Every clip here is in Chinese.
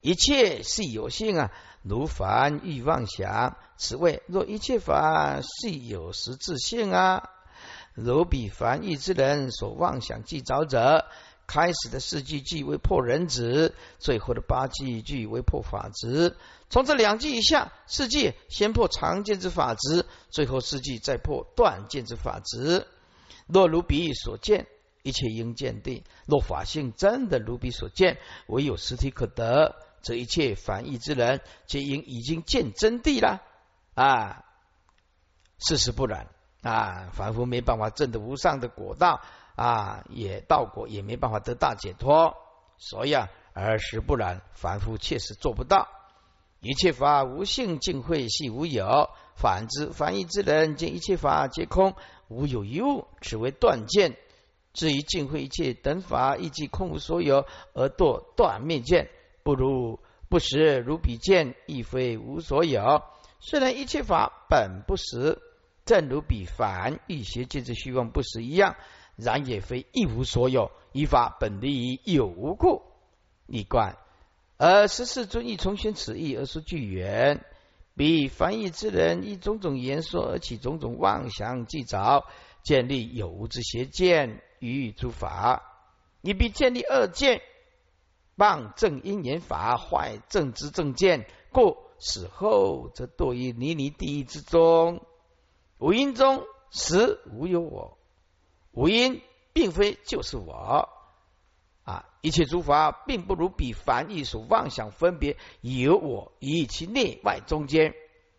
一切是有性啊，如凡欲妄想，此谓若一切法是有实自性啊，如彼凡欲之人所妄想计着者。开始的4句句为破人子，最后的8句句为破法执。从这2句以下，4句先破常见之法执，最后4句再破断见之法执。若如彼喻所见，一切应见地；若法性真的如彼所见，唯有实体可得，则一切凡欲之人，皆应已经见真谛了啊！事实不然啊！凡夫没办法证得无上的果道啊，也道果也没办法得大解脱，所以而实不然，凡夫确实做不到。一切法无性尽会系无有，反之凡欲之人见一切法皆空，无有一物，此为断见。至于尽会一切等法，亦即空无所有，而堕断灭见，不实如彼见，亦非无所有。虽然一切法本不实，正如彼凡欲邪见之虚妄不实一样，然也非一无所有，依法本立于有无故。一观而14尊亦重宣此意而说具言，彼凡欲之人依种种言说而起种种妄想计着，建立有无之邪见于诸法，你必建立恶见，谤正因缘法，坏正知正见，故死后则堕于泥泞地狱之中。无因中实无有我，无因并非就是我啊！一切诸法并不如彼凡欲所妄想分别有我于其内外中间，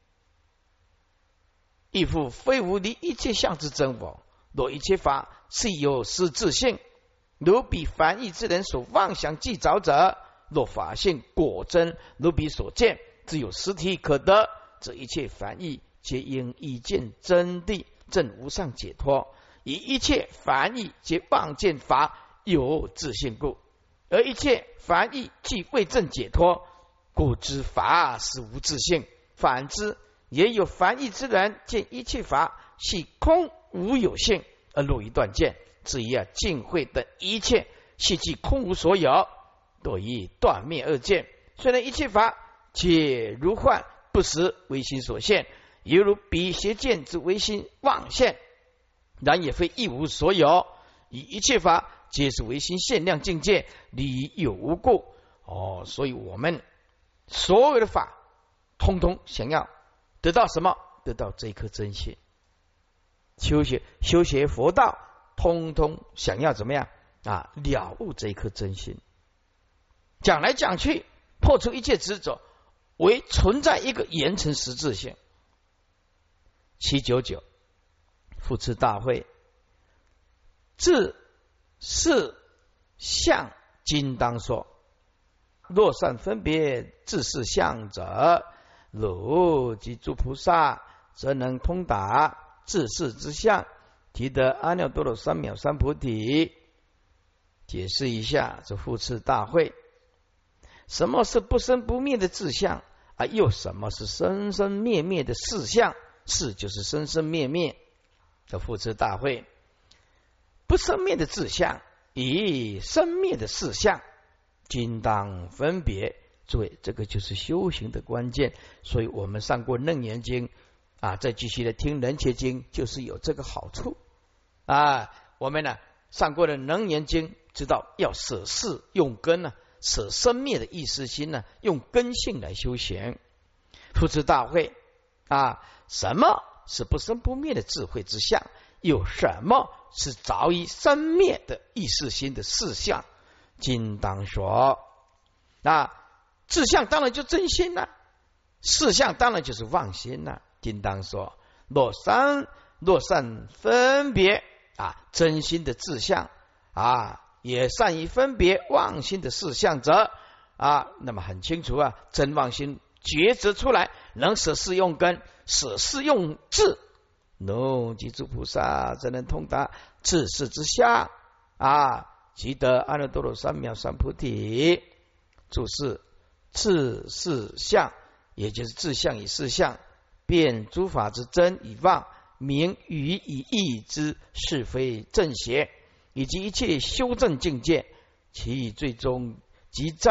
亦复非无离一切相之真我。若一切法是有实自性，如彼凡欲之人所妄想计着者，若法性果真如彼所见，只有实体可得，则一切凡欲皆应已见真谛，证无上解脱。以一切凡欲皆妄见法有自性故，而一切凡欲既未证解脱，故知法是无自性。反之，也有凡欲之人见一切法系空无有性，而落于断见。至于尽会的一切系即空无所有，堕于断灭二见。虽然一切法皆如幻不实，唯心所现，犹如彼邪见之唯心妄现，然也非一无所有。以一切法皆是唯心限量境界，离有无故。所以我们所有的法，通通想要得到什么？得到这一颗真心。修学佛道，通通想要怎么样了悟这一颗真心。讲来讲去，破除一切执着，为存在一个严成实质性。799复次大会，自是相今当说，若善分别自是相者，汝及诸菩萨，则能通达自是之相，提得阿耨多罗三藐三菩提。解释一下这复次大会，什么是不生不灭的自相又什么是生生灭灭的事相？是就是生生灭灭的复次大会。不生灭的自相与生灭的事相，今当分别。诸位，这个就是修行的关键。所以我们上过楞严经再继续的听人切经，就是有这个好处我们上过的楞严经，知道要舍事用根舍生灭的意识心用根性来修行。复次大会什么是不生不灭的智慧之相？有什么是着于生灭的意识心的事相？今当说。志相当然就真心事相当然就是妄心今当说，若善分别真心的志相也善于分别妄心的事相者那么很清楚真妄心抉择出来，能舍事用根，舍事用智，及诸菩萨，则能通达自是之相即得阿耨多罗三藐三菩提。注释：自是相，也就是自相与事相，辨诸法之真与妄，明语与义之是非正邪，以及一切修正境界，其最终即在于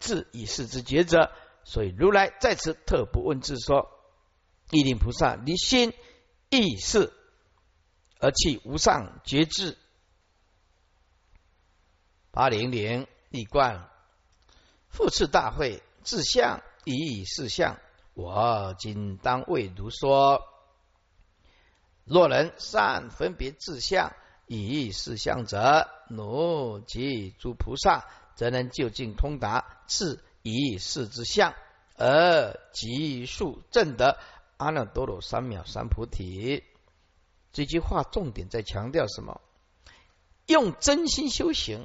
自以是之觉者。所以如来在此特不问自说，亦令菩萨离心意识而弃无上觉智。800立观，复次大会，自相以是相，我今当为如说。若人善分别自相以是相者，奴及诸菩萨，则能究竟通达自以是之相，而即速证得阿耨多罗三藐三菩提。这句话重点在强调什么？用真心修行，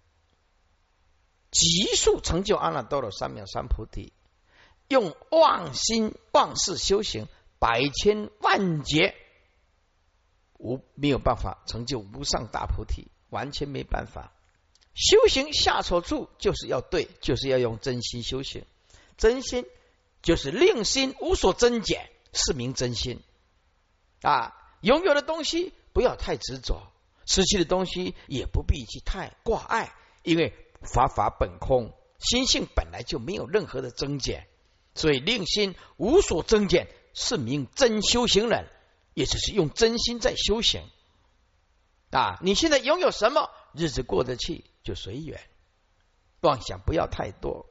急速成就阿耨多罗三藐三菩提；用妄心妄事修行，百千万劫没有办法成就无上大菩提，完全没办法。修行下手处就是要对，就是要用真心修行。真心就是令心无所增减，是名真心啊。拥有的东西不要太执着，失去的东西也不必去太挂碍，因为法法本空，心性本来就没有任何的增减，所以令心无所增减，是名真修行人，也只是用真心在修行啊。你现在拥有什么，日子过得去就随缘，妄想不要太多。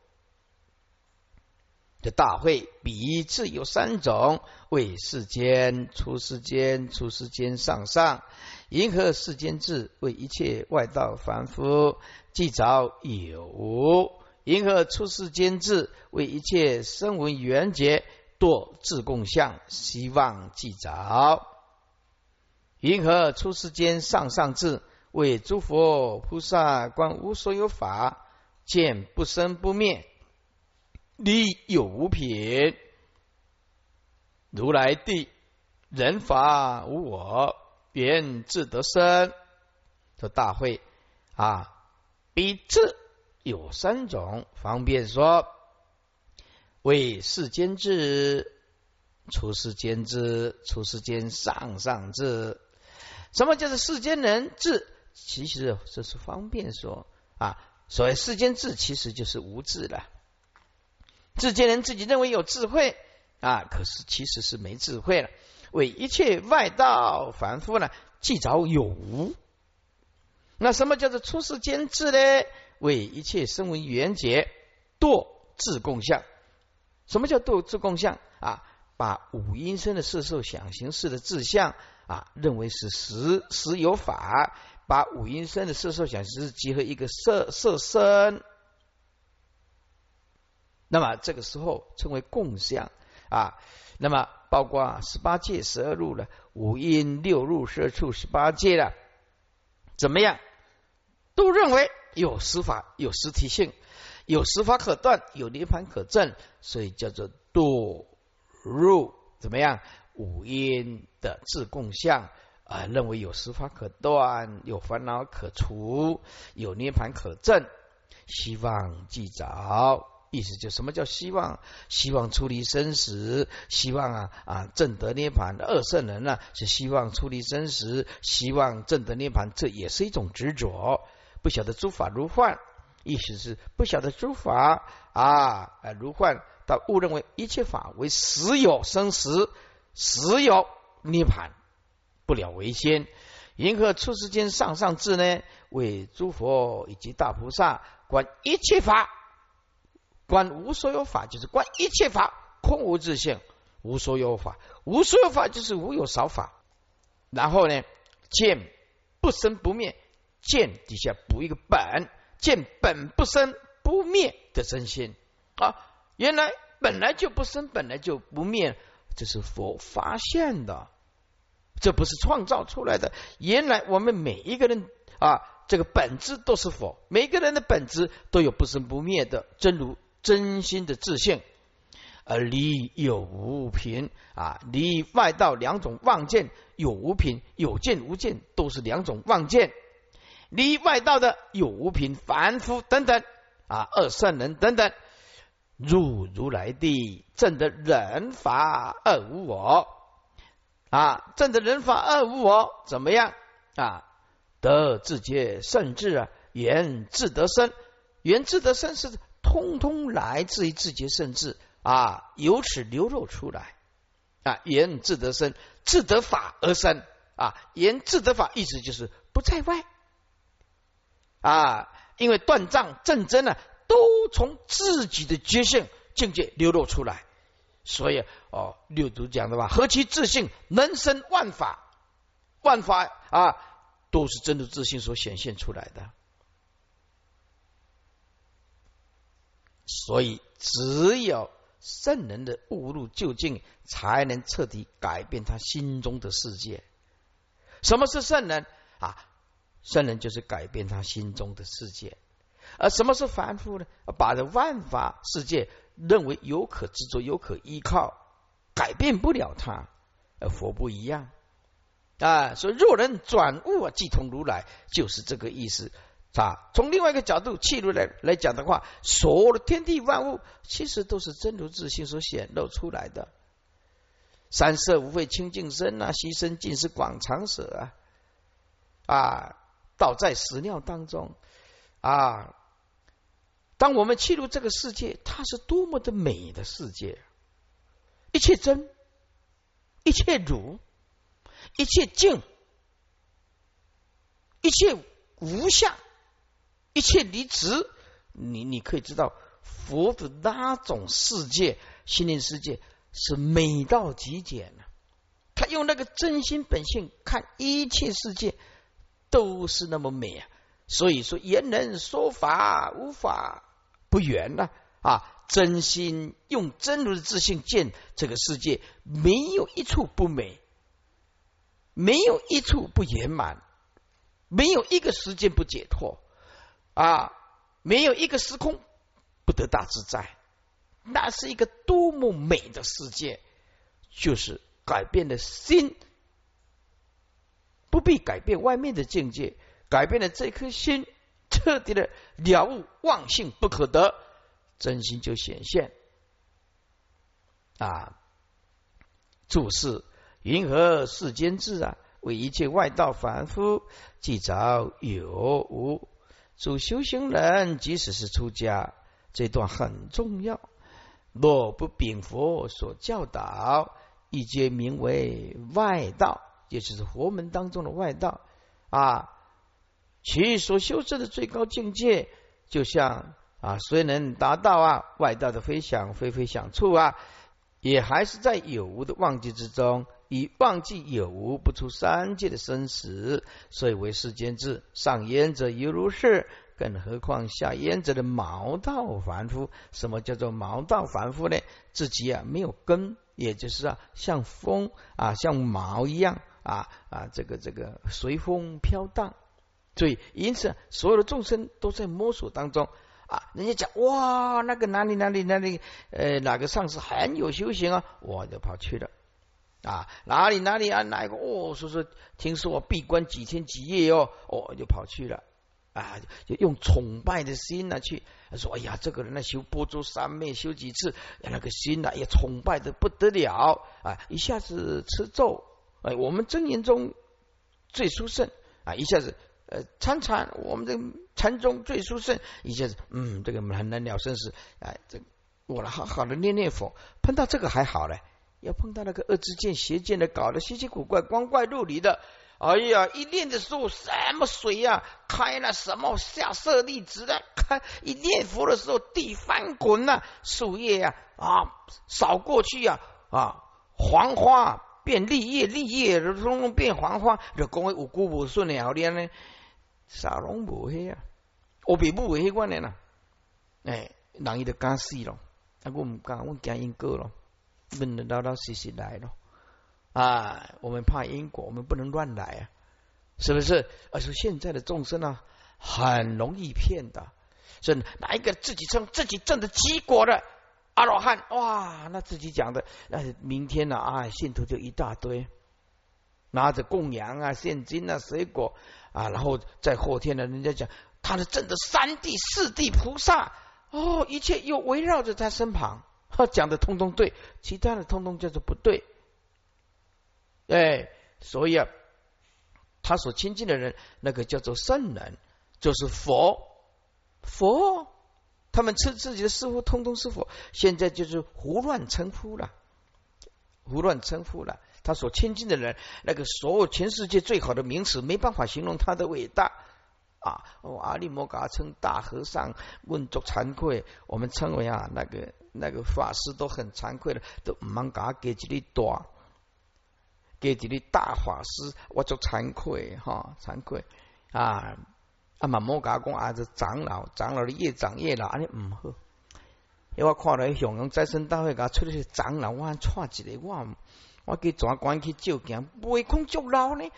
这大会比智有3种：为世间、出世间、出世间上上。银河世间智，为一切外道凡夫，既着有无；银河出世间智，为一切声闻缘觉，堕自共相，希望既着。银河出世间上上智，为诸佛菩萨观无所有法，见不生不灭，离有无品。如来地人法无我，缘自得生。这大会啊，比智有3种，方便说：为世间智、出世间智、出世间上上智。什么叫做世间人智？其实这是方便说啊。所谓世间智，其实就是无智了。世间人自己认为有智慧啊，可是其实是没智慧了。为一切外道凡夫呢，既着有无。那什么叫做出世间智呢？为一切声闻缘觉，堕自共相。什么叫堕自共相啊？把五阴身的色受想行识的自相啊，认为是实有法，把五阴身的色受想行识结合一个色身，那么这个时候称为共相啊。那么包括18界12入了，五阴6入12处18界了，怎么样？都认为有实法，有实体性，有实法可断，有涅盘可证，所以叫做堕入怎么样？五阴的自共相啊，认为有实法可断，有烦恼可除，有涅盘可证，希望既着。意思就什么叫希望？希望出离生死，希望证得涅盘。二圣人呢是希望出离生死，希望证得涅盘，这也是一种执着。不晓得诸法如幻，意思是不晓得诸法如幻，到误认为一切法为实有生死，实有涅盘，不了为先。银河出世间上上智呢，为诸佛以及大菩萨观一切法，观无所有法，就是观一切法空无自性，无所有法，无所有法就是无有少法。然后呢，见不生不灭，见底下补一个本，见本不生不灭的真心啊，原来本来就不生，本来就不灭，这是佛发现的，这不是创造出来的。原来我们每一个人这个本质都是佛，每个人的本质都有不生不灭的真如真心的自性，而离有无品离外道2种妄见，有无品，有见无见都是2种妄见。离外道的有无品凡夫等等二圣人等等，入如来地，证得人法二无我证得人法二无我，怎么样得自觉圣智缘自得生。缘自得生是通通来自于自觉圣智啊，由此流露出来啊。言自得生，自得法而生啊。言自得法意思就是不在外啊，因为断障正真呢，都从自己的觉性境界流露出来。所以六祖讲的话，何其自性能生万法，万法啊都是真如自性所显现出来的。所以只有圣人的悟入究竟，才能彻底改变他心中的世界。什么是圣人啊？圣人就是改变他心中的世界。而什么是凡夫呢？把这万法世界认为有可执着、有可依靠，改变不了他。佛不一样啊，所以若人转悟啊，即同如来，就是这个意思啊。从另外一个角度契入来讲的话，所有的天地万物其实都是真如自性所显露出来的。三色无废清净身啊，悉身尽是广长舌啊，道在屎尿当中啊。当我们契入这个世界，它是多么的美的世界，一切真，一切如，一切净，一切无相，一切离执。你可以知道佛的那种世界，心灵世界是美到极点了。他用那个真心本性看一切世界都是那么美啊。所以说言人说法无法不圆了啊！真心用真如的自性见这个世界，没有一处不美，没有一处不圆满，没有一个时间不解脱啊，没有一个时空不得大自在。那是一个多么美的世界！就是改变了心，不必改变外面的境界，改变了这颗心，彻底的了悟妄性不可得，真心就显现啊！注释：云何世间智啊？为一切外道凡夫，即着有无。诸修行人，即使是出家，这段很重要。若不秉佛所教导，亦皆名为外道，也就是佛门当中的外道啊。其所修持的最高境界，就像虽能达到外道的非想非非想处也还是在有无的忘记之中，以忘记有无，不出三界的生死，所以为世间智。上焉者犹如是，更何况下焉者的毛道凡夫。什么叫做毛道凡夫呢？自己没有根，也就是像风像毛一样这个随风飘荡。所以因此所有的众生都在摸索当中人家讲哇，那个哪里哪个上师很有修行我就跑去了哪里哪一个说听说我闭关几天几夜我就跑去了就用崇拜的心去说，哎呀，这个人修波州三昧修几次，那个心也崇拜的不得了一下子持咒我们真言中最殊胜一下子参我们的禅宗最殊胜，一下子这个很难了生死这我好好的念佛，碰到这个还好嘞，要碰到那个恶知见邪见的，搞得稀奇古怪光怪陆离的，哎呀，一念的时候什么水开了，什么下舍利子开，一念佛的时候地翻滚树叶扫过去黄花变绿叶，绿叶通通变黄花，就讲有骨无顺的后面呢啥拢无迄我比不为迄款的人伊就敢死咯我唔敢，我惊因果咯，问得老老实实来咯我们怕因果，我们不能乱来是不是？而且现在的众生很容易骗的，所以哪一个自己称自己证的结果的阿罗汉哇，那自己讲的明天信徒就一大堆，拿着供养现金水果然后在后天人家讲他的证的三地四地菩萨一切又围绕着他身旁，讲的通通对，其他的通通叫做不对所以他所亲近的人，那个叫做圣人，就是佛他们称自己的师父通通是佛，现在就是胡乱称呼了，胡乱称呼了。他所亲近的人，那个所有全世界最好的名词，没办法形容他的伟大啊！阿里摩嘎称大和尚，问足惭愧。我们称为那个法师都很惭愧的，都唔忙给他给这里大，给这里大法师，我就惭愧哈，惭愧啊！嘛莫甲讲啊，这长老的越长越老，安尼唔好。因为我看到向阳再生大会，甲出去长老，我串一个，我去转关去照镜，袂讲足老呢。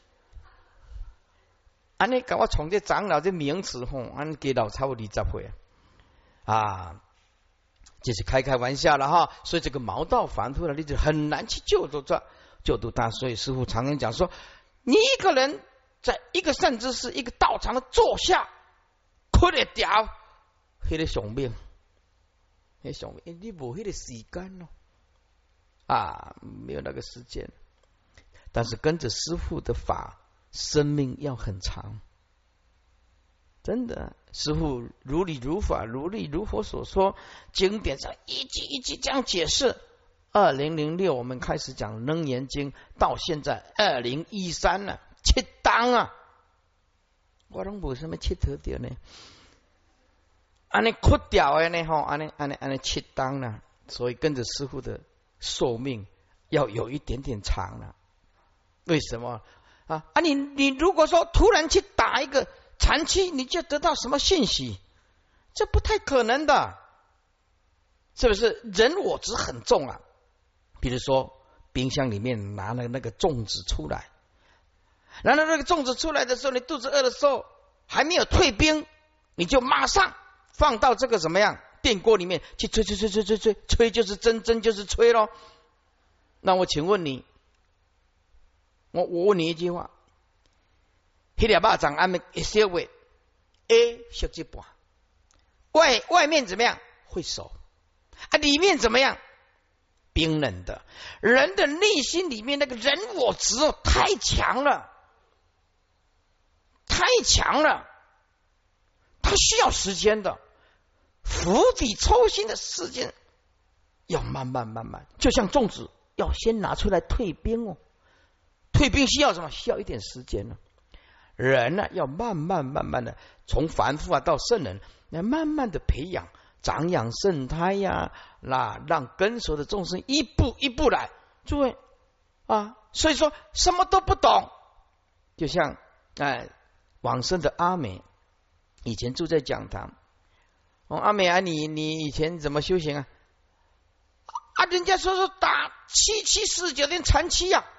安尼甲我从这长老这名词吼，安给老差不多20岁啊，这是开玩笑了哈。所以这个毛道凡夫呢，你就很难去救度他。所以师父常常讲说，你一个人在一个善知识一个道场的坐下，困得掉，迄个上命，你无迄个时间啊，没有那个时间。但是跟着师父的法，生命要很长，真的。师父如理如法，如理如佛所说，经典上一句一句这样解释。2006我们开始讲楞严经，到现在2013了，7档啊，我拢无什么佚佗掉呢。安尼哭掉的呢，安尼7档了。所以跟着师父的寿命要有一点点长了。为什么啊？你如果说突然去打一个禅期，你就得到什么信息？这不太可能的，是不是？人我执很重啊。比如说冰箱里面拿了那个粽子出来，拿了那个粽子出来的时候，你肚子饿的时候还没有退冰，你就马上放到这个怎么样电锅里面去吹，就是蒸就是吹咯。那我请问你，我问你一句话，迄粒肉粽安尼一小位 A 熟一半，外面怎么样会熟啊？里面怎么样冰冷的？人的内心里面那个人我执太强了，它需要时间的，釜底抽薪的时间要慢慢，就像粽子要先拿出来退冰哦。退冰需要什么？需要一点时间呢。人呢，要慢慢的从凡夫到圣人，来慢慢的培养，长养圣胎呀，让根熟的众生一步一步来。诸位啊，所以说什么都不懂，就像往生的阿美，以前住在讲堂。阿美啊，你以前怎么修行啊？人家说打749天禅期呀。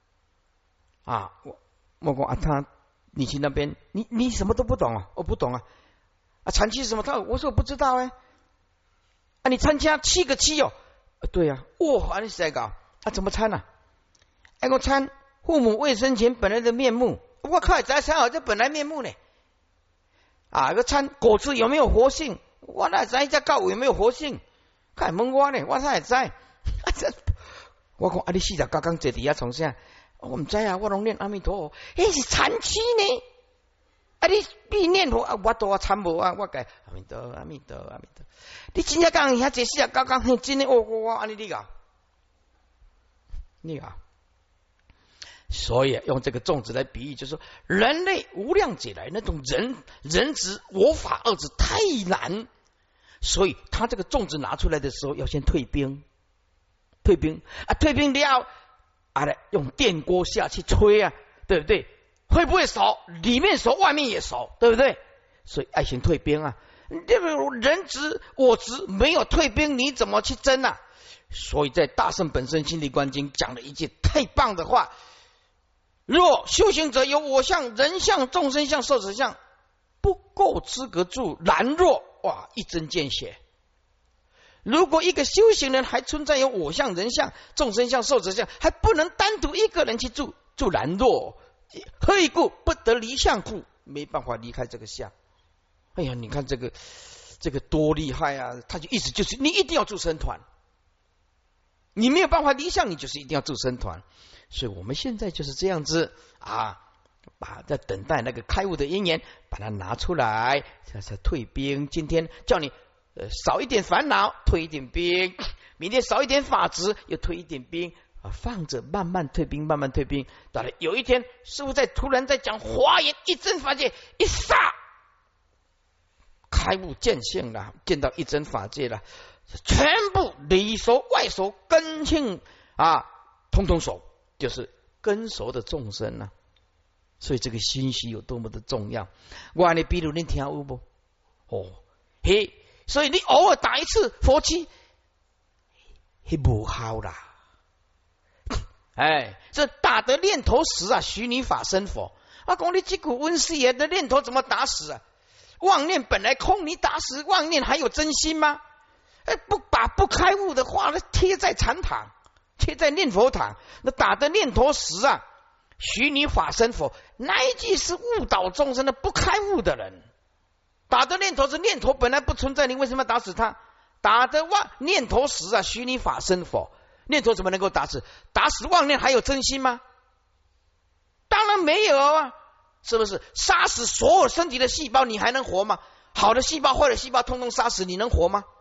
我讲你去那边，你什么都不懂啊？我不懂啊。禅期是什么？我说我不知道你参加7个7哦？对呀。你是在搞怎么参啊？我参父母未生前本来的面目。我靠，才参好这本来面目呢。个参果子有没有活性？我哪知这告有没有活性？看问我呢，我哪会知？我讲你40刚刚坐底下从啥？我唔知啊，我拢念阿弥陀佛，是禅期呢。你必念佛我都参无我改阿弥陀阿弥陀阿弥陀。你真正讲遐这40刚刚真的我安尼你搞。所以用这个粽子来比喻，就是说人类无量劫来那种人执我法二执太难，所以他这个粽子拿出来的时候要先退冰退冰了用电锅下去吹对不对？会不会熟？里面熟外面也熟，对不对？所以爱先退冰人执我执没有退冰，你怎么去争啊？所以在大圣本身心理观经讲了一句太棒的话，若修行者有我相人相众生相寿者相，不够资格住然若一针见血。如果一个修行人还存在有我相人相众生相寿者相，还不能单独一个人去住然若，何以故？不得离相故，没办法离开这个相。你看这个多厉害啊！他就意思就是你一定要住僧团，你没有办法离相，你就是一定要住僧团。所以我们现在就是这样子在等待那个开悟的因缘，把它拿出来，这是退兵。今天叫你少一点烦恼，退一点兵；明天少一点法执，又退一点兵啊，放着慢慢退兵，慢慢退兵。到了有一天，师父突然在讲华严，一真法界，一刹开悟见性了，见到一真法界了，全部里熟外熟根性啊，通通熟，就是根熟的众生啊。所以这个心息有多么的重要。我你比如你听有不？嘿，所以你偶尔打一次佛七，嘿不好啦。这打得念头死啊，虚拟法身佛。讲你这股温世爷的念头怎么打死啊？妄念本来空，你打死妄念还有真心吗？不把不开悟的话贴在禅堂，贴在念佛堂，那打得念头死啊，虚拟法身佛，那一句是误导众生的不开悟的人。打的念头是念头本来不存在，你为什么要打死他？打的念头死啊，虚拟法身佛，念头怎么能够打死？打死妄念还有真心吗？当然没有啊，是不是？杀死所有身体的细胞，你还能活吗？好的细胞坏的细胞通通杀死，你能活吗？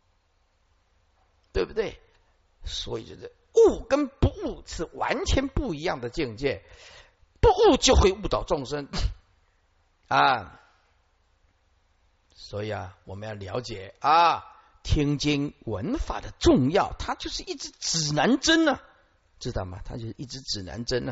对不对？所以就是悟跟不悟是完全不一样的境界，不悟就会误导众生啊。所以我们要了解听经闻法的重要，它就是一支指南针啊，知道吗？它就是一支指南针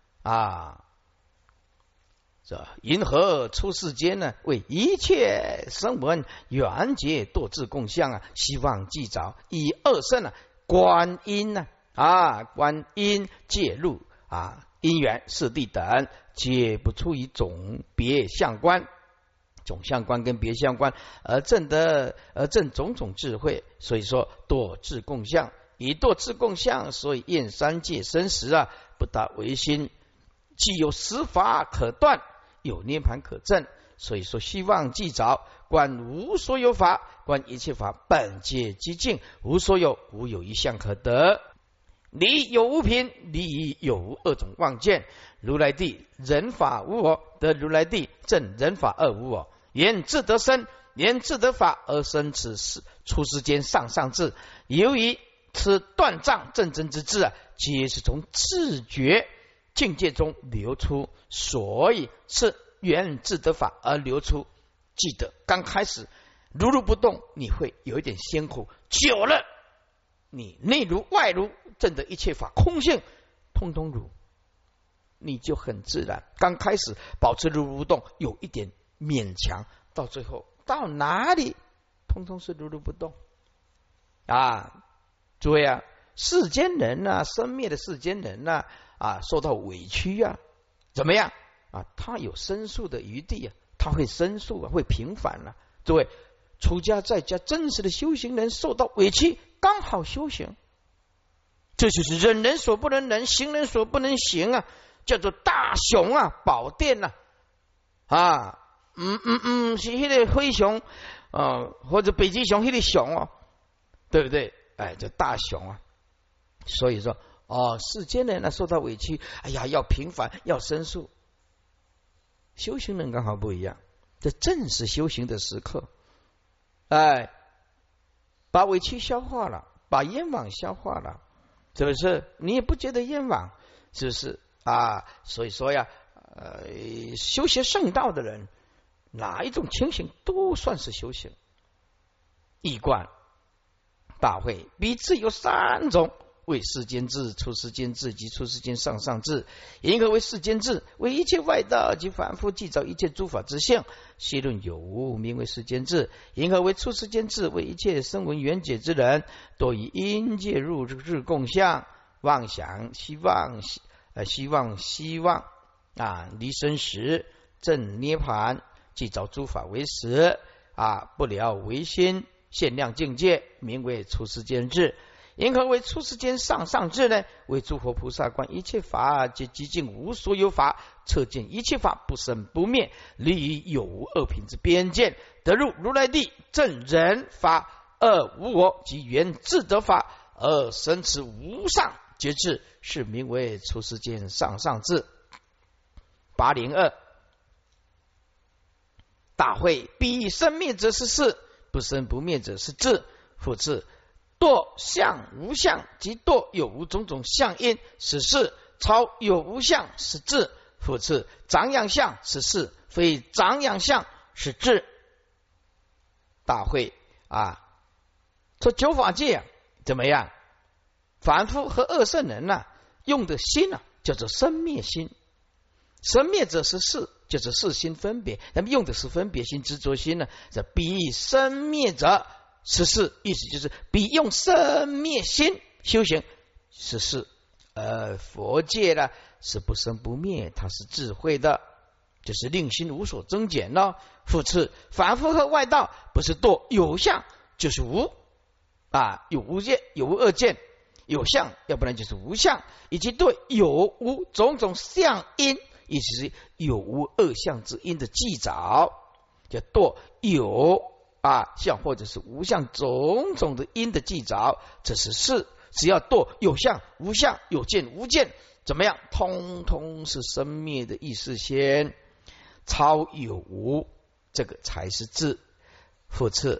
这银河出世间呢，为一切声闻缘觉堕至共相希望记着以二圣观音观音介入因缘四谛等，皆不出于总别相观。总相观跟别相观而证种种智慧，所以说堕至共相，以堕至共相，所以验三界生死不达唯心，既有实法可断，有涅盘可证，所以说希望记着观无所有法，观一切法本皆寂静，无所有，无有一相可得。理有无凭，理有无二种妄见。如来地人法无我，得如来地证人法二无我，言自得身，言自得法，而生此出世间上智。由于此断障正真之智皆是从自觉境界中流出，所以是原自得法而流出。记得刚开始如如不动，你会有一点辛苦，久了你内如外如，证得一切法空性，通通如，你就很自然。刚开始保持如如不动，有一点勉强，到最后到哪里通通是如如不动诸位世间人生灭的世间人受到委屈怎么样他有申诉的余地他会申诉会平反诸位，出家在家真实的修行人受到委屈，刚好修行，这就是忍人所不能忍，行人所不能行叫做大雄宝殿是那个灰熊或者北极熊那个熊对不对？叫大雄所以说世间人受到委屈，要平反，要申诉。修行人刚好不一样，这正是修行的时刻，把委屈消化了，把冤枉消化了，是不是？你也不觉得冤枉，是不是所以说修学圣道的人，哪一种情形都算是修行。一观大会彼此有三种，为世间智、出世间智及出世间上智。因何为世间智？为一切外道及凡夫记着一切诸法之性，悉论有无，名为世间智。因何为出世间智？为一切声闻缘觉之人，多以因界入日共相，妄想希望离生时正涅盘，即找诸法为实不了唯心限量境界，名为出世间智。因何为出世间上智呢？为诸佛菩萨观一切法皆寂静无所有法，彻见一切法不生不灭，离于有无二品之边界，得入如来地证人法二无我及原自得法，而生此无上觉智，是名为出世间上智。 802大会，彼生灭者是事，不生不灭者是智。复次，堕相无相及堕有无种种相因是事，超有无相是智。复次，长养相是事，非长养相是智。大会说九法界怎么样？凡夫和二圣人用的心叫做生灭心，生灭者是事，就是事心分别，那么用的是分别心、执着心这彼生灭者是事，意思就是比用生灭心修行是事。佛界是不生不灭，它是智慧的，就是令心无所增减了。复次，凡夫和外道不是堕有相就是无有无见，有无二见，有相要不然就是无相，以及对有无种种相因，意思是有无二相之因的计找，叫堕有相或者是无相种种的因的计找，这是事。只要堕有相无相，有见无见，怎么样？通通是生灭的意识先，超有无，这个才是智。复次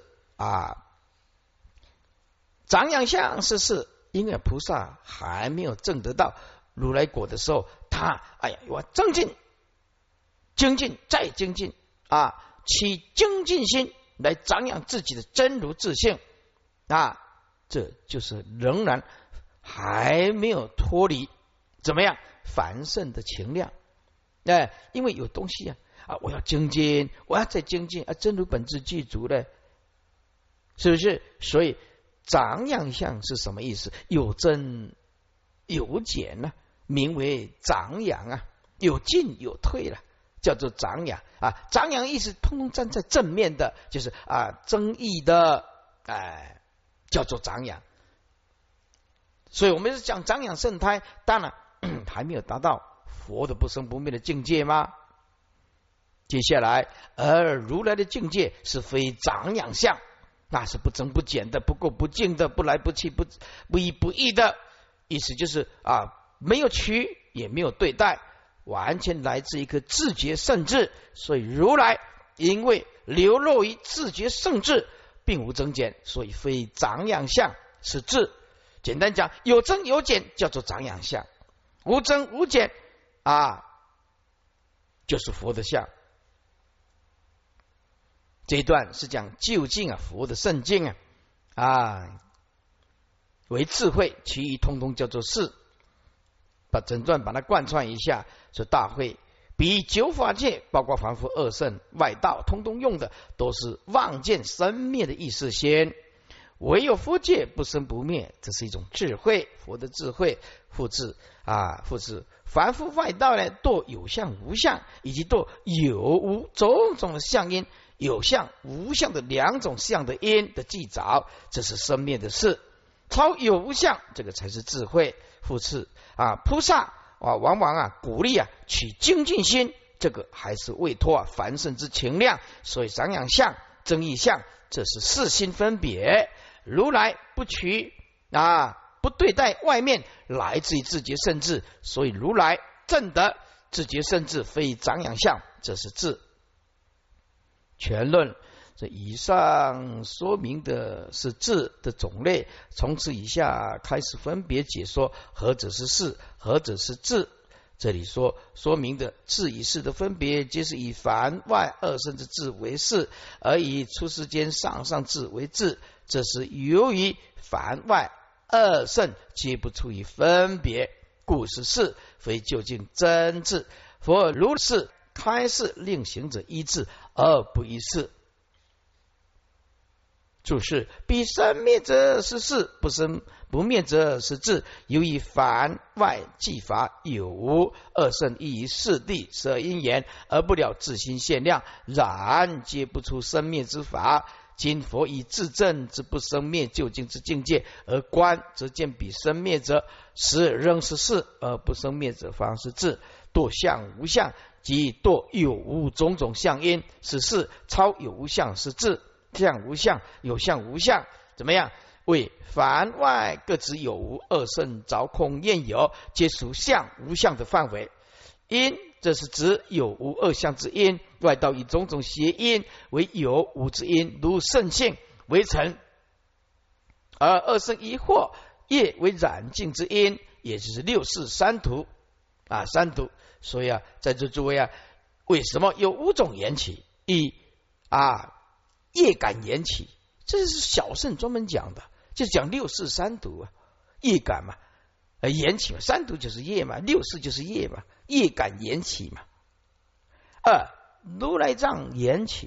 长养相是事，因为菩萨还没有证得到如来果的时候，他我精进精进再精进起精进心来长养自己的真如自性这就是仍然还没有脱离怎么样凡圣的情量。因为有东西我要精进，我要再精进真如本质具足了，是不是？所以长养相是什么意思？有增有减名为长养有进有退了，叫做长养长养意思通通站在正面的，就是争议的叫做长养。所以我们是讲长养圣胎，当然还没有达到佛的不生不灭的境界吗？接下来，而如来的境界是非长养相，那是不增不减的，不垢不净的，不来不去，不依不异的，意思就是没有取也没有对待，完全来自一个自觉圣智。所以如来因为流露于自觉圣智，并无增减，所以非长养相是智。简单讲，有增有减叫做长养相，无增无减就是佛的相。这一段是讲究竟佛的圣境为智慧，其余通通叫做事。把整段把它贯穿一下，说大会比九法界，包括凡夫二圣外道，通通用的都是望见生灭的意识先，唯有佛界不生不灭，这是一种智慧，佛的智慧。复次凡夫外道堕有相无相，以及堕有无种种的相因，有相无相的两种相的因的计找，这是生灭的事。超有无相，这个才是智慧。复次菩萨往往鼓励取精进心，这个还是未脱凡圣之情量，所以长养相、增益相，这是四心分别。如来不取不对待外面，来自于自觉圣智，所以如来证得自觉圣智，非长养相，这是智。全论这以上说明的是智的种类，从此以下开始分别解说何者是事，何者是智。这里说明的智与事的分别，皆是以凡外二圣之智为事，而以出世间上上智为智。这是由于凡外二圣皆不出于分别，故是事，非究竟真智。佛如是开示，令行者依智而不依事。注释：彼生灭者是事，不生不灭者是智。由于凡外技法有无二圣亦于四谛舍因缘，而不了自心限量，然皆不出生灭之法。今佛以自证之不生灭究竟之境界而观，则见彼生灭者实仍是事，而不生灭者方是智。堕相无相即堕有无种种相因是事，超有无相是智。相无相，有相无相，怎么样？为凡外各执有无二圣着空厌有，皆属相无相的范围。因这是指有无二相之因，外道以种种邪因为有无之因，如圣性为尘，而二圣疑惑业为染净之因，也就是六世三途啊，三途。所以在这诸位为什么有五种缘起？一业感缘起，这是小圣专门讲的，就是讲六世三途业感嘛，缘起嘛，三途就是业嘛，六世就是业嘛，业感缘起嘛。二如来藏缘起，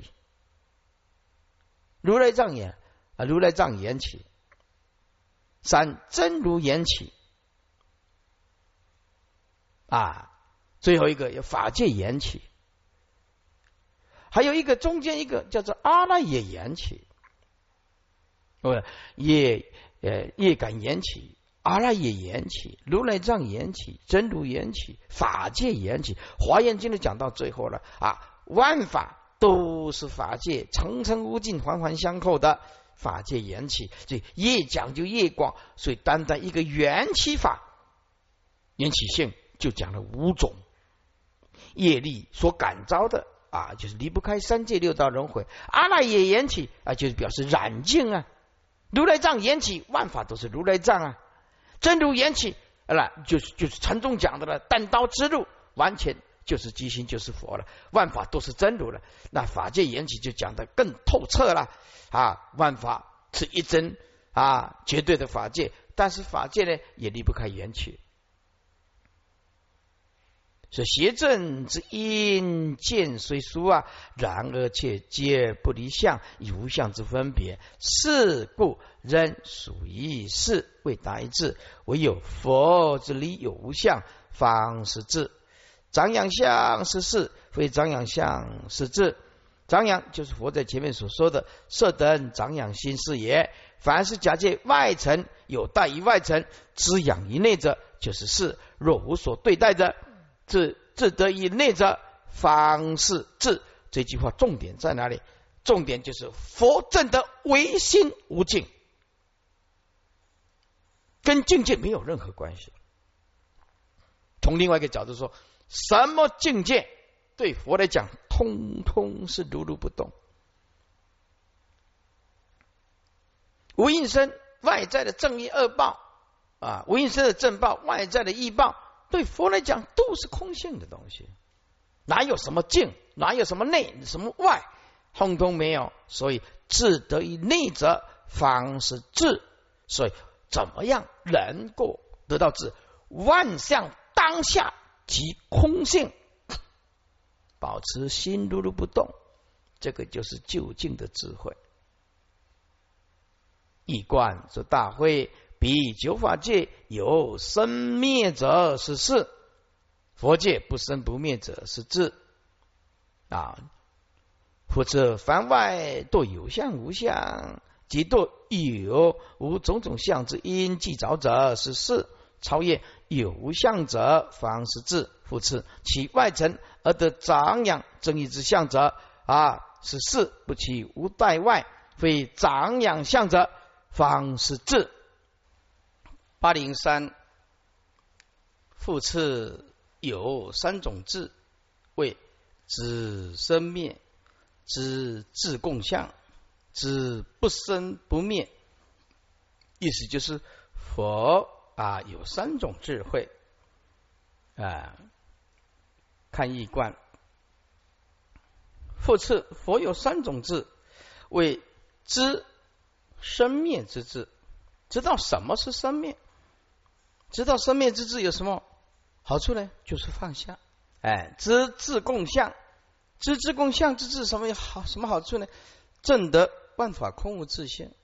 如来藏缘起。三真如缘起最后一个有法界缘起，还有一个中间一个叫做阿赖耶缘起，业感缘起，阿赖耶缘起，如来藏缘起，真如缘起，法界缘起。华严经里讲到最后了万法都是法界，层层无尽，环环相扣的法界缘起。所以越讲究越广，所以单单一个缘起法，缘起性就讲了五种业力所感召的就是离不开三界六道轮回。阿赖耶缘起就是表示染净如来藏缘起，万法都是如来藏真如缘起就是禅宗讲的了，单刀直入，完全就是即心就是佛了，万法都是真如了。那法界缘起就讲得更透彻了万法是一真绝对的法界，但是法界呢也离不开缘起。所以邪正之因见虽殊然而且皆不离相，以无相之分别，是故仍属于是未达一致。唯有佛之理有无相，方是智。长养相是事，非长养相是智。长养就是佛在前面所说的色等长养心是也。凡是假借外尘有待于外尘，滋养于内者，就是事。若无所对待者，自得于内者，方是智。这句话重点在哪里？重点就是佛证的唯心无境，跟境界没有任何关系。从另外一个角度说，什么境界对佛来讲通通是如如不动。无应身外在的正义恶报无应身的正报，外在的异报，对佛来讲都是空性的东西，哪有什么境，哪有什么内什么外，通通没有。所以智得于内者，方是智。所以怎么样能够得到智？万象当下即空性，保持心如如不动，这个就是究竟的智慧。一观说大会，彼九法界有生灭者是事，佛界不生不灭者是智或者凡外堕有相无相，即堕有无种种相之因既着者是事，超越有无相者方是智。复次其外尘而得长养正义之相者是事，不其无待外，非长养相者方是智。803复次有三种智，为知生灭，知自共相，知不生不灭。意思就是佛有三种智慧看易观。复次佛有三种智，为知生灭之智，知道什么是生灭，知道生灭之智有什么好处呢？就是放下。知自共相，知自共相之智什么好处呢？证得万法空无自性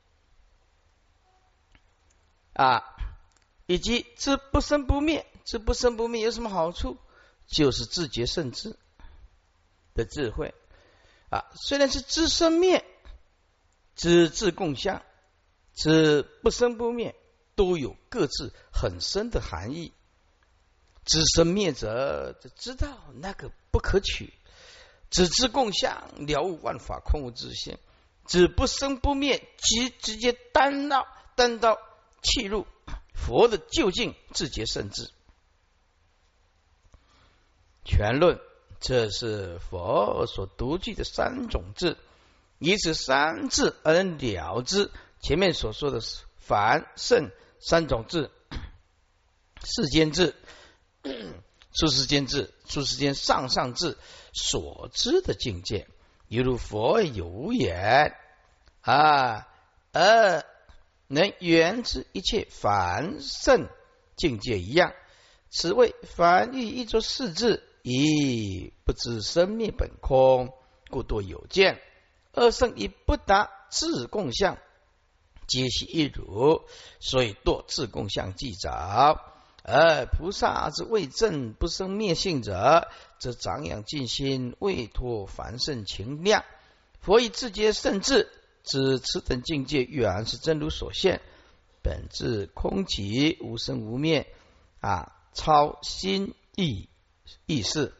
以及知不生不灭。知不生不灭有什么好处？就是自觉圣智的智慧虽然是知生灭、知自共相、知不生不灭，都有各自很深的含义。知生灭者知道那个不可取，知自共相了悟万法空无自性，知不生不灭直接单到契入佛的究竟自觉圣智。 全论，这是佛所独具的三种智，以此三智而了之。前面所说的凡圣三种智，世间智、出世间智、出世间上上智所知的境界，犹如佛有无眼而能圆知一切凡圣境界一样。此谓凡欲一作世智，以不知生灭本空，故多有见。二圣以不达自共相，皆系一如，所以堕自共相即着。而菩萨之为证不生灭性者，则长养净心，未脱凡圣情量。佛以自觉圣智，知此等境界原是真如所现，本质空寂，无生无灭，超心意识，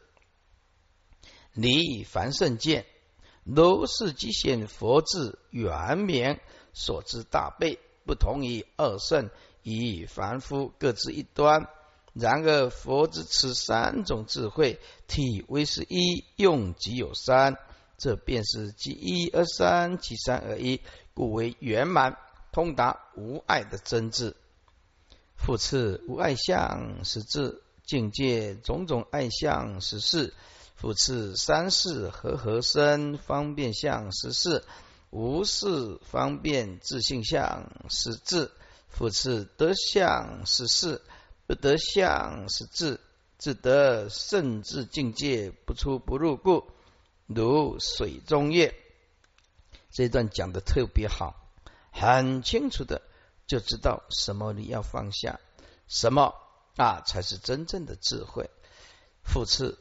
离凡圣见，如是即显佛智圆明所知大备，不同于二圣，以凡夫各自一端。然而佛之此三种智慧，体为是一，用即有三，这便是即一而三，即三而一，故为圆满通达无碍的真智。复次无碍相实智，境界种种爱相实事。复次三世和身方便相实事，无事方便自性相实智。复次得相实事，不得相实智，自得圣智境界不出不入故，如水中月。这一段讲的特别好，很清楚的就知道什么你要放下，什么才是真正的智慧。复次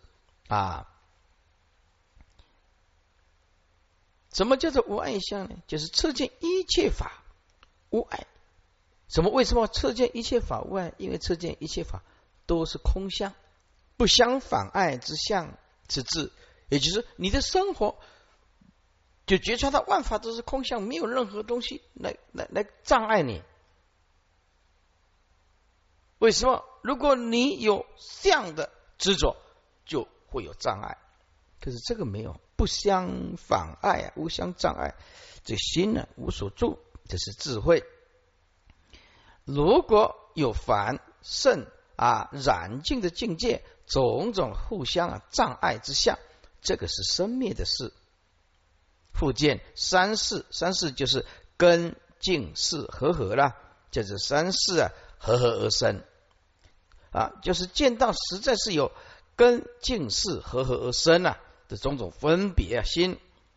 什么叫做无碍相呢？就是彻见一切法无碍。为什么彻见一切法无碍？因为彻见一切法都是空相，不相妨碍之相之智，也就是你的生活就觉察到万法都是空相，没有任何东西来障碍你。为什么？如果你有相的执着，就会有障碍。可是这个没有，不相妨碍无相障碍，这心呢无所住，这是智慧。如果有凡圣染净的境界，种种互相障碍之相，这个是生灭的事。复见三世，三世就是根净世合了，就是三世合而生就是见到实在是有根净世合而生的种种分别心，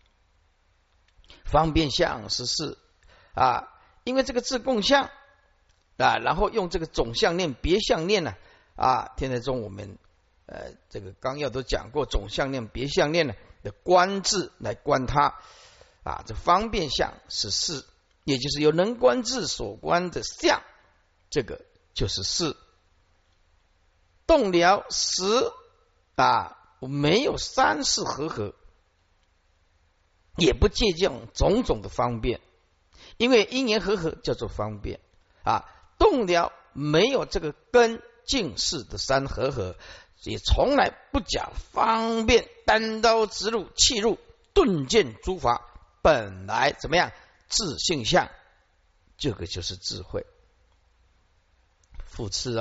方便相实事因为这个自共相然后用这个总相念、别相念天台宗我们这个纲要都讲过，总相念、别相念的观智来观它这方便相是事，也就是有能观智所观的相，这个就是事。动了实没有三世合，也不借鉴种种的方便，因为因缘合叫做方便动了没有这个根净世的三合，也从来不讲方便，单刀直入，契入顿见诸法本来怎么样自性相，这个就是智慧。复次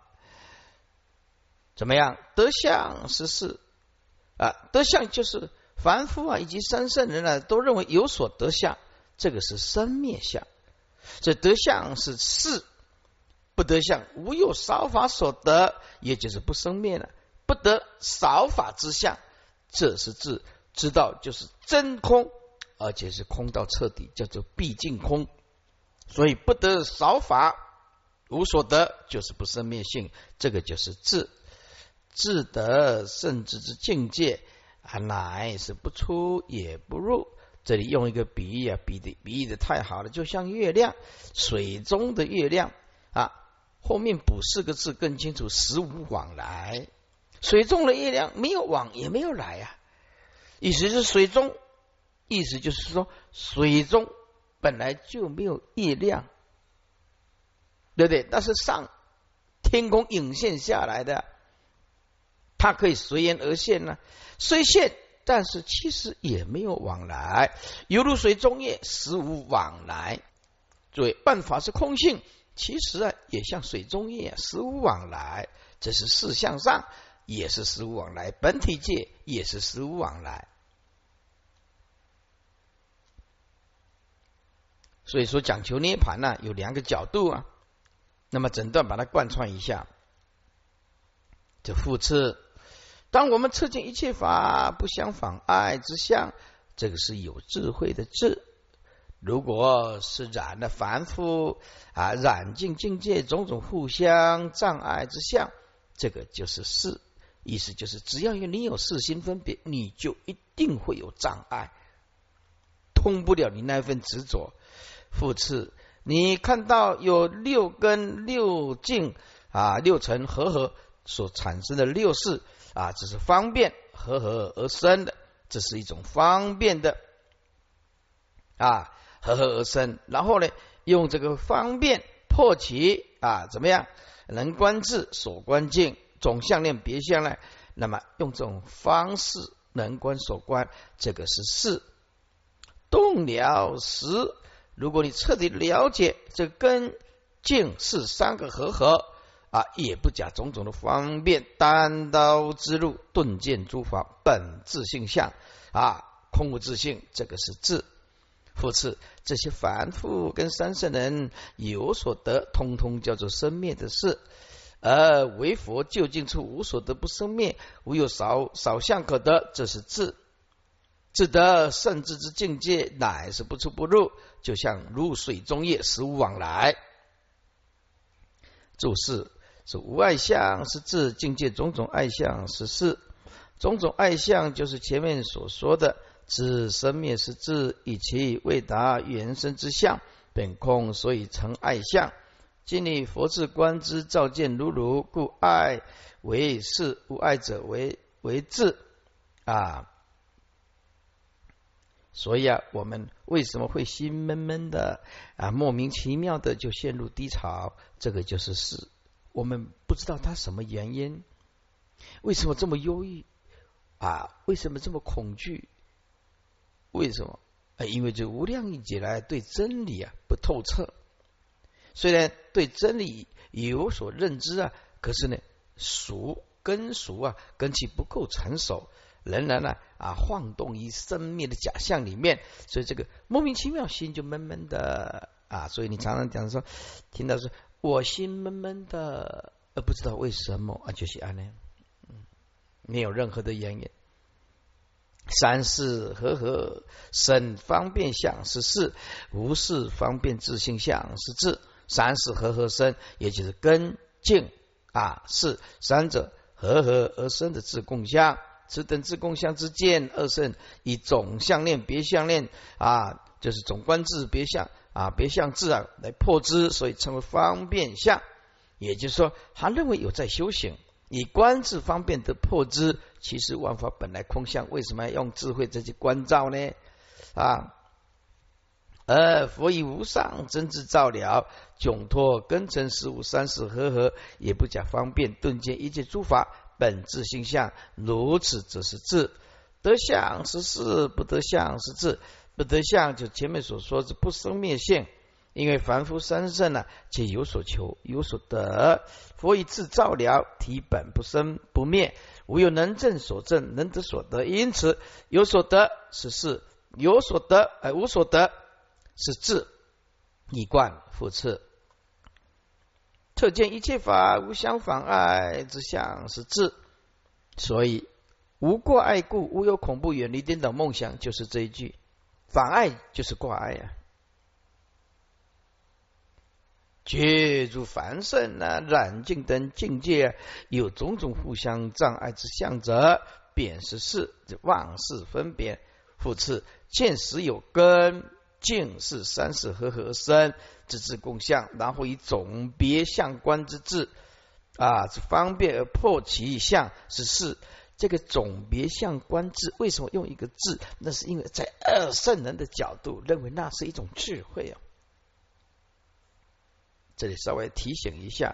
怎么样得相实事得相就是凡夫以及三圣人都认为有所得相，这个是生灭相。这得相是事，不得相无有少法所得，也就是不生灭了。不得少法之相，这是知道就是真空，而且是空到彻底，叫做毕竟空。所以不得少法无所得，就是不生灭性，这个就是自得圣智之境界乃是不出也不入。这里用一个比喻比喻的太好了，就像月亮，水中的月亮后面补4个字更清楚，实无往来。水中的月亮没有往也没有来意思是水中，意思就是说水中本来就没有月亮，对不对？但是上天空影现下来的它可以随缘而现呢，虽现，但是其实也没有往来，犹如水中月，实无往来。所以万法是空性，其实也像水中月，实无往来。这是事相上也是实无往来，本体界也是实无往来。所以说讲求涅盘呢，有两个角度啊。那么整段把它贯穿一下，这复次，当我们测见一切法不相妨碍之相，这个是有智慧的智。如果是染了凡夫染尽境界种种互相障碍之相，这个就是事。意思就是只要你有事心分别，你就一定会有障碍，通不了你那份执着。复次，你看到有六根六境六尘合合所产生的六事这是方便合合而生的，这是一种方便的合合而生。然后呢，用这个方便破其怎么样？能观智所观境总相念别相呢？那么用这种方式能观所观，这个是事。动了时，如果你彻底了解这根境是三个合合也不假种种的方便，单刀之路顿见诸法本自性相空无自性，这个是智。复次，这些凡夫跟三圣人有所得，通通叫做生灭的事，而为佛究竟处无所得不生灭，无有少相可得，这是智。自得圣智之境界，乃是不出不入，就像如水中月，实无往来。注释是无爱相是智，境界种种爱相是事。种种爱相就是前面所说的知生灭是智，以其未达原生之相本空，所以成爱相。今以佛智观之，照见如如，故爱为事，无爱者为智所以我们为什么会心闷闷的莫名其妙的就陷入低潮？这个就是事，我们不知道它什么原因，为什么这么忧郁为什么这么恐惧？为什么？因为这无量义劫来对真理不透彻，虽然对真理有所认知可是呢根熟根气不够成熟，仍然晃动于生灭的假象里面，所以这个莫名其妙心就闷闷的所以你常常讲说，听到说我心闷闷的，而不知道为什么就是这样没有任何的原因。三世合合生方便相是事，无事方便自性相是智。三世合合生，也就是根境是三者合合而生的自共相。此等自共相之见，二圣以总相念别相念就是总观智别相别相智来破之，所以称为方便相。也就是说，他认为有在修行，以观智方便的破之，其实万法本来空相，为什么要用智慧再去关照呢？而佛以无上真智照了，窘脱根尘实无三世合合，也不假方便顿见一切诸法本自性相，如此则是智。得相是事，不得相是智。不得相就前面所说是不生灭性，因为凡夫三圣皆有所求有所得，佛以智照了，体本不生不灭，无有能证所证，能得所得，因此有所得是事，有所得无所得是智。一贯复次，特见一切法无相妨碍之相是智。所以无过爱故，无有恐怖，远离颠倒梦想，就是这一句。妨碍就是挂碍觉诸凡圣染净等境界有种种互相障碍之相者，便是事，妄事分别。复次，见实有根境是三世合合而生之智共相，然后以总别相观之智是方便而破其相是事。这个总别相观智为什么用一个智？那是因为在二圣人的角度认为那是一种智慧这里稍微提醒一下，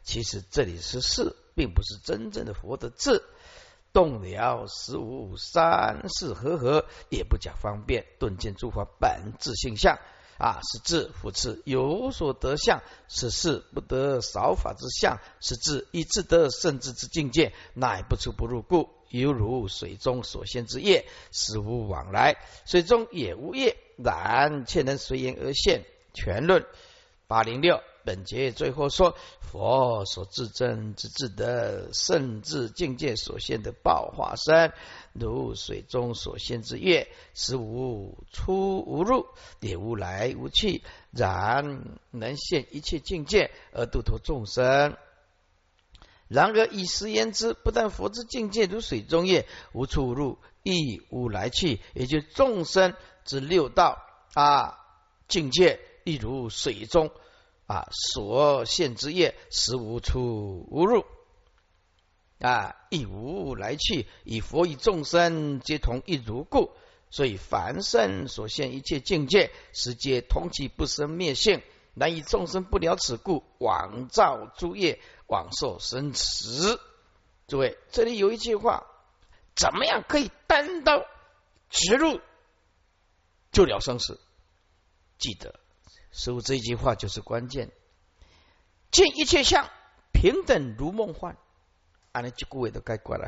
其实这里是事，并不是真正的佛的智。动了实无三世合，也不假方便。顿见诸法本自性相是智复次有所得相，是事不得少法之相，是智以自得圣智之境界，乃不出不入故。犹如水中所现之业，实无往来，水中也无业，然却能随缘而现。全论806本节最后说，佛所自证之自得圣智境界所现的报化身，如水中所现之月，实无出无入，也无来无去，然能现一切境界而度脱众生。然而以实言之，不但佛之境界如水中月，无出无入，亦无来去，也就是众生之六道境界，亦如水中所现之业，实无出无入亦无来去，以佛与众生皆同一如故。所以凡圣所现一切境界，实皆同其不生灭性，然以众生不了此故，往造诸业，往受生死。诸位，这里有一句话，怎么样可以单刀直入就了生死？记得师父这一句话就是关键。见一切相平等如梦幻，按这句话都概括了。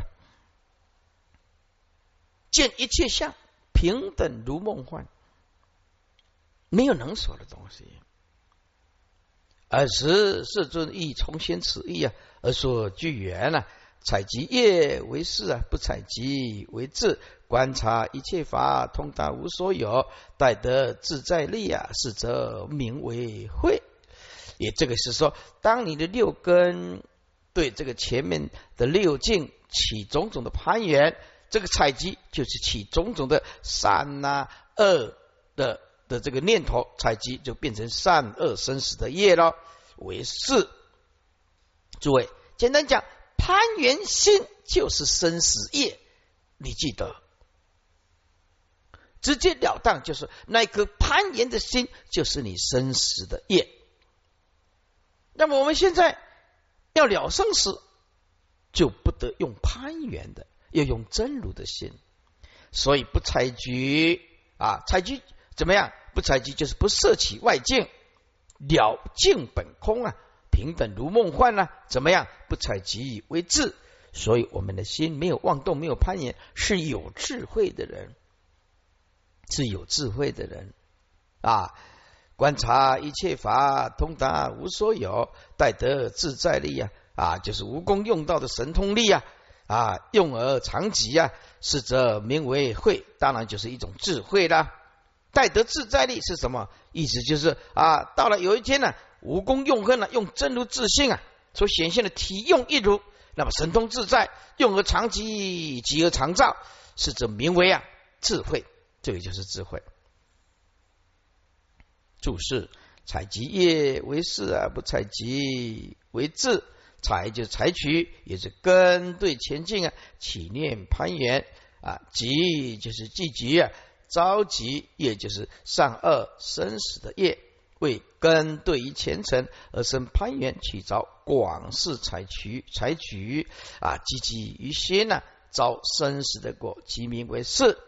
见一切相平等如梦幻，没有能所的东西。尔时世尊亦重显此意而说具缘采集业为事不采集为智。观察一切法通达无所有，待得自在力是则名为慧。也这个是说，当你的六根对这个前面的六境起种种的攀缘，这个采集就是起种种的善恶的这个念头，采集就变成善恶生死的业了，为事。诸位，简单讲，攀缘心就是生死业，你记得，直截了当，就是那颗攀缘的心就是你生死的业。那么我们现在要了生死，就不得用攀缘的，要用真如的心。所以不采集采集怎么样？不采集就是不摄取外境，了境本空平等如梦幻怎么样？不采集为智。所以我们的心没有妄动，没有攀缘，是有智慧的人，是有智慧的人观察一切法通达无所有，待得自在力就是无功用道的神通力用而常集是则名为慧，当然就是一种智慧啦。待得自在力是什么意思？就是到了有一天无功用恨用真如自性所显现的体用一如，那么神通自在，用而常集，集而常照，是则名为智慧。这个就是智慧。注释：采集业为事不采集为智。采就是采取，也是根对前进起念攀缘集就是积极着急，业就是善恶生死的业，为根对于前尘而生攀缘，起着广式采取积极于心遭生死的果，即名为事。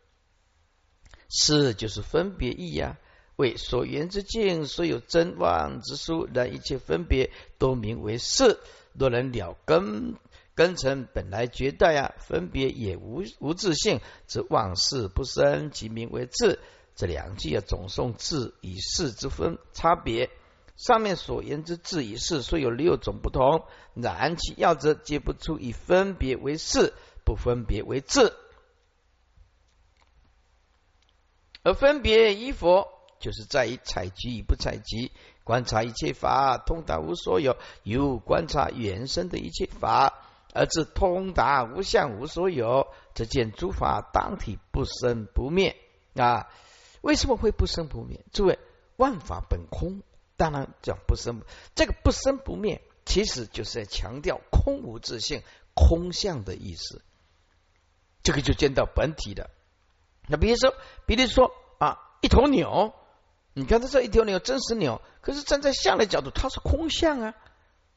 事就是分别意为所缘之境，所有真妄之殊，然一切分别都名为事。若能了根尘本来绝代分别也无自性，则妄事不生，即名为智。这两句总诵智与事之分差别。上面所言之智与事虽有6种不同，然其要则皆不出以分别为事，不分别为智。而分别依佛，就是在于采集与不采集，观察一切法通达无所有，由观察原生的一切法，而至通达无相无所有，则见诸法当体不生不灭为什么会不生不灭？诸位，万法本空，当然讲不生，这个不生不灭其实就是在强调空无自性、空相的意思。这个就见到本体的。那比如说一头牛，你看它这一头牛真实牛，可是站在相的角度，它是空相对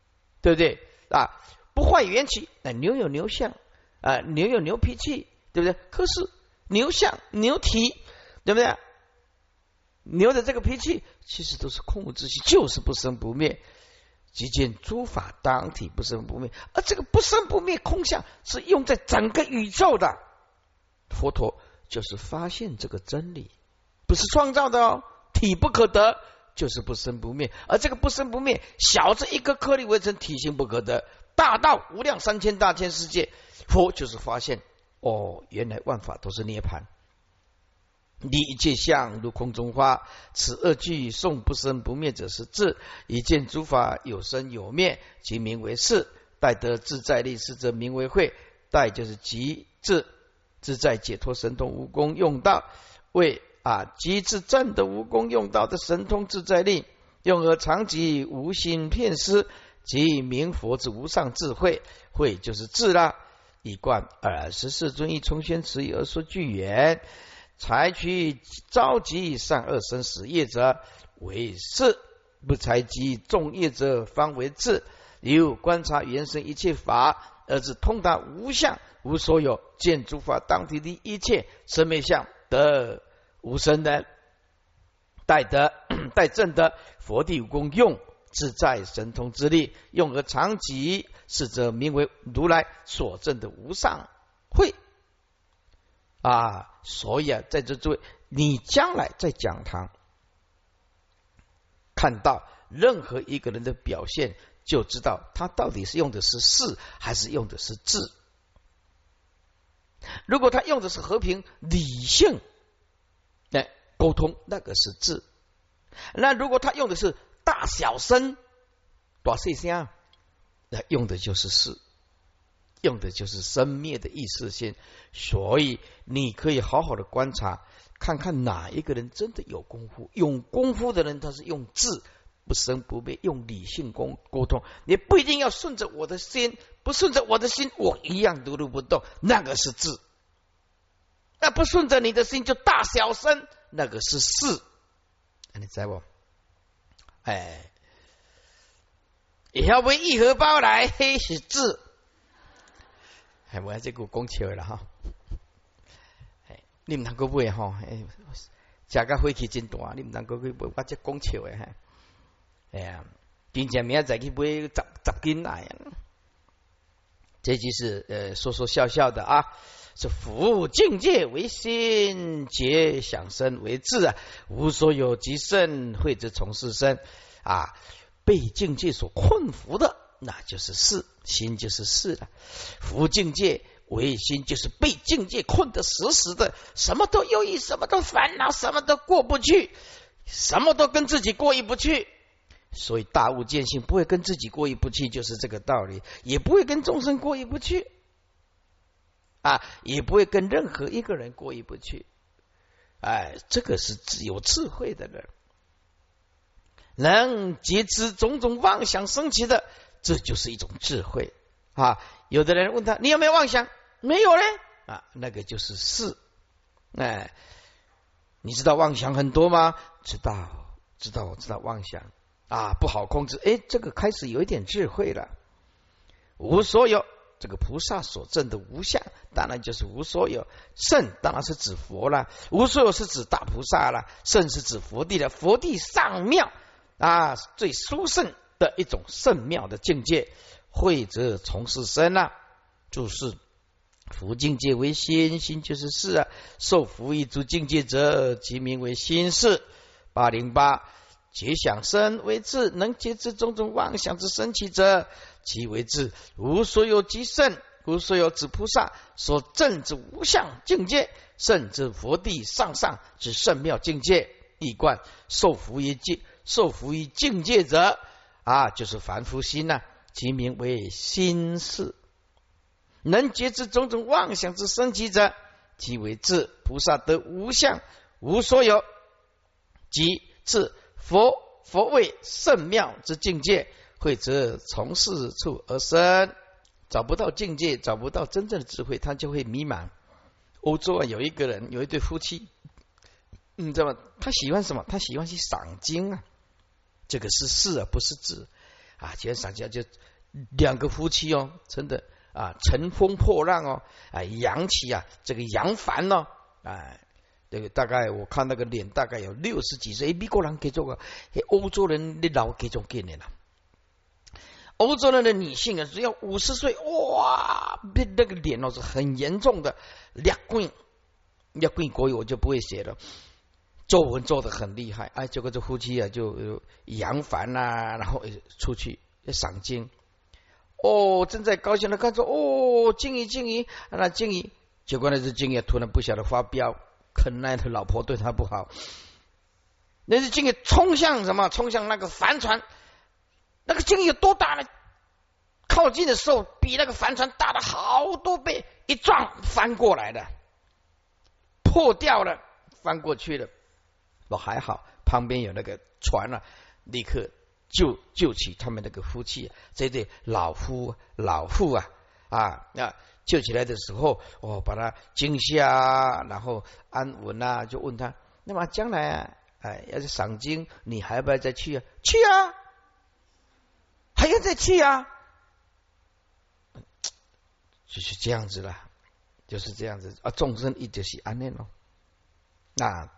对不对啊？不坏元气，牛有牛相啊，牛有牛脾气，对不对？可是牛相、牛体，对不对？牛的这个脾气，其实都是空无自性，就是不生不灭。即见诸法当体不生不灭，而这个不生不灭空相是用在整个宇宙的。佛陀就是发现这个真理，不是创造的哦，体不可得，就是不生不灭。而这个不生不灭，小至一个颗粒微尘，体性不可得，大到无量3000大千世界，佛就是发现哦，原来万法都是涅槃。离一切相如空中花，此二句诵不生不灭者是智。以见诸法有生有灭，即名为事。待得自在力士则名为慧。待就是极致自在解脱神通无功用道，为极致正的无功用道的神通自在力，用而常即无心片施，即名佛之无上智慧。慧就是智啦。以观24尊一重宣词义而说句言。采取召集善恶生死业者为事，不采集众业者方为智。由观察原生一切法，而知通达无相无所有，见诸法当体的一切生灭相得无生人。待正的佛地无功用自在神通之力，用而常集，是则名为如来所证的无上慧。所以在这诸位，你将来在讲堂看到任何一个人的表现，就知道他到底是用的是事还是用的是智。如果他用的是和平理性沟通，那个是智；那如果他用的是大小声大细声，那用的就是事，用的就是生灭的意识心。所以你可以好好的观察，看看哪一个人真的有功夫。有功夫的人，他是用智不生不灭，用理性沟通。你不一定要顺着我的心，不顺着我的心，我一样独立不动，那个是智。那不顺着你的心就大小声，那个是事。你知道不？要为一荷包来，黑是智。我这个讲笑了哈，你唔通个买哈，食个火气真大，你唔通个去买，我这讲笑的哈。真正明仔去买10斤来，这就是说笑笑的啊。是夫境界为心，结想生为智无所有即生，慧之从事生被境界所困服的，那就是事，心就是事了。夫境界为心，就是被境界困得死死的，什么都忧郁，什么都烦恼，什么都过不去，什么都跟自己过意不去。所以大悟见性不会跟自己过意不去，就是这个道理，也不会跟众生过意不去也不会跟任何一个人过意不去。这个是有智慧的人，能截知种种妄想升起的，这就是一种智慧有的人问他，你有没有妄想？没有嘞那个就是事。你知道妄想很多吗？知道，我知道妄想不好控制。这个开始有一点智慧了。无所有，这个菩萨所证的无相，当然就是无所有。圣当然是指佛了，无所有是指大菩萨了，圣是指佛地了。佛地上妙最殊胜的一种圣妙的境界。慧则从事身就是福境界为心，心就是事受福益诸境界者，其名为心事。808结想生为智，能截知种种妄想之生起者，其为智。无所有即圣，无所有指菩萨所证之无相境界，甚至佛地上之圣妙境界。一观受福于境界者就是凡夫心其名为心事。能截知种种妄想之生起者，即为智。菩萨得无相无所有，即智。佛谓圣妙之境界，慧则从事处而生。找不到境界，找不到真正的智慧，他就会迷茫。欧洲有一个人，有一对夫妻，你知道吗？他喜欢什么？他喜欢去赏经这个是事不是智喜欢赏经就两个夫妻哦，真的啊，乘风破浪哦，啊，扬起啊，这个扬帆哦，哎，这个大概我看那个脸大概有60几岁，美国人给做个，欧洲人的老给种概念了。欧洲人的女性啊，只要50岁，哇，那个脸哦是很严重的裂棍国语我就不会写了，作文做得很厉害，哎，结果这夫妻啊就扬帆啊，然后出去赏金，哦，正在高兴的看着，哦，静怡，那静怡，结果那只静怡突然不晓得发飙，可奈他老婆对他不好，那只静怡冲向那个帆船。那个鲸鱼有多大呢？靠近的时候比那个帆船大了好多倍，一撞翻过来了，破掉了，翻过去了。我还好，旁边有那个船啊，立刻救起他们那个夫妻，这对老妇啊，救起来的时候，我把他惊吓，然后安稳啊，就问他，那么将来啊，要是赏金，你还要不要再去啊？去啊！还要再去啊？就是这样子了，就是这样子啊。众生一直是安念哦。那